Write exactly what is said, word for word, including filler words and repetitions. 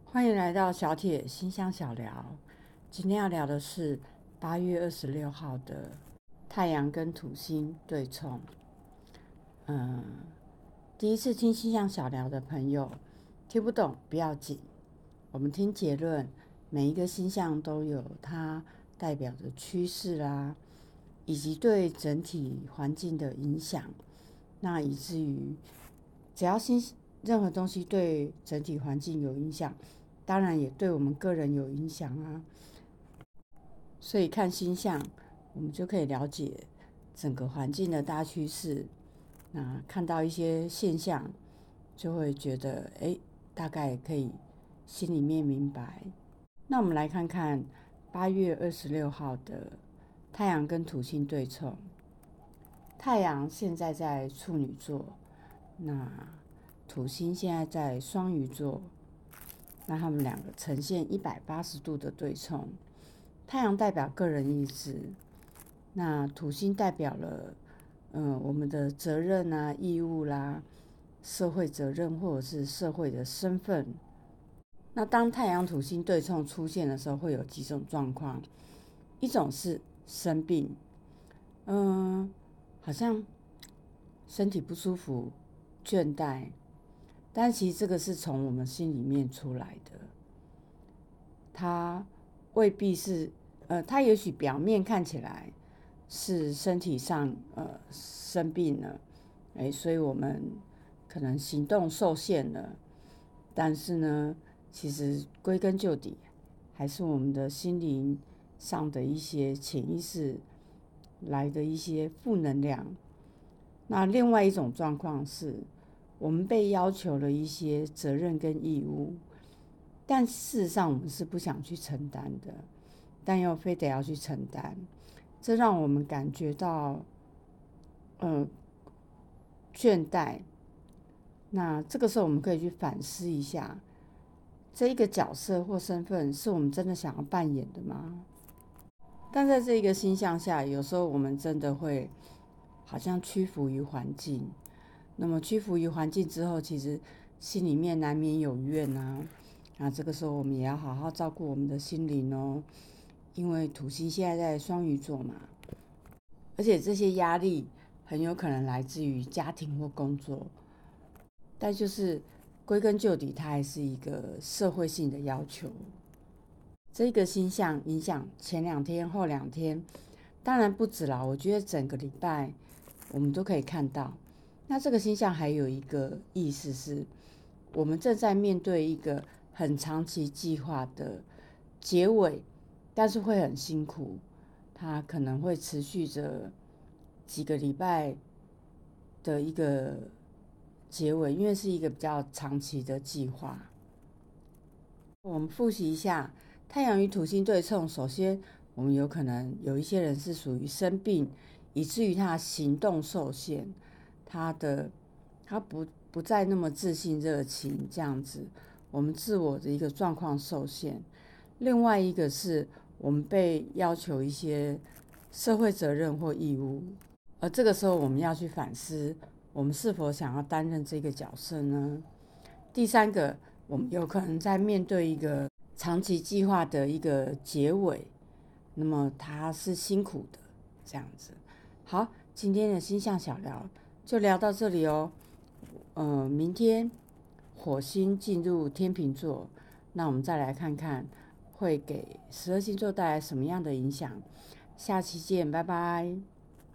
欢迎来到小铁星象小聊。今天要聊的是八月二十六号的太阳跟土星对冲。嗯，第一次听星象小聊的朋友听不懂不要紧，我们听结论。每一个星象都有它代表的趋势啦，以及对整体环境的影响。那以至于只要星任何东西对整体环境有影响，当然也对我们个人有影响啊。所以看星象，我们就可以了解整个环境的大趋势。那看到一些现象，就会觉得，哎，大概可以心里面明白。那我们来看看八月二十六号的太阳跟土星对冲。太阳现在在处女座，那土星现在在双鱼座，那他们两个呈现一百八十度的对冲。太阳代表个人意志，那土星代表了，嗯，我们的责任啊、义务啦、社会责任或者是社会的身份。那当太阳土星对冲出现的时候，会有几种状况。一种是生病，嗯，好像身体不舒服、倦怠，但其实这个是从我们心里面出来的，它未必是，呃，它也许表面看起来是身体上呃生病了，哎，所以我们可能行动受限了，但是呢，其实归根究底，还是我们的心灵上的一些潜意识来的一些负能量。那另外一种状况是，我们被要求了一些责任跟义务，但事实上我们是不想去承担的，但又非得要去承担，这让我们感觉到，呃，倦怠。那这个时候我们可以去反思一下，这一个角色或身份是我们真的想要扮演的吗？但在这一个星象下，有时候我们真的会好像屈服于环境。那么屈服于环境之后，其实心里面难免有怨啊。那这个时候我们也要好好照顾我们的心灵哦，因为土星现在在双鱼座嘛，而且这些压力很有可能来自于家庭或工作，但就是归根究底，它还是一个社会性的要求。这个星象影响前两天、后两天，当然不止啦。我觉得整个礼拜我们都可以看到。那这个星象还有一个意思是，我们正在面对一个很长期计划的结尾，但是会很辛苦，它可能会持续着几个礼拜的一个结尾，因为是一个比较长期的计划。我们复习一下太阳与土星对冲。首先，我们有可能有一些人是属于生病，以至于他行动受限，他的他不不再那么自信、热情这样子，我们自我的一个状况受限。另外一个是我们被要求一些社会责任或义务，而这个时候我们要去反思，我们是否想要担任这个角色呢？第三个，我们有可能在面对一个长期计划的一个结尾，那么它是辛苦的，这样子。好，今天的星象小聊就聊到这里哦。呃，明天火星进入天秤座，那我们再来看看会给十二星座带来什么样的影响。下期见，拜拜。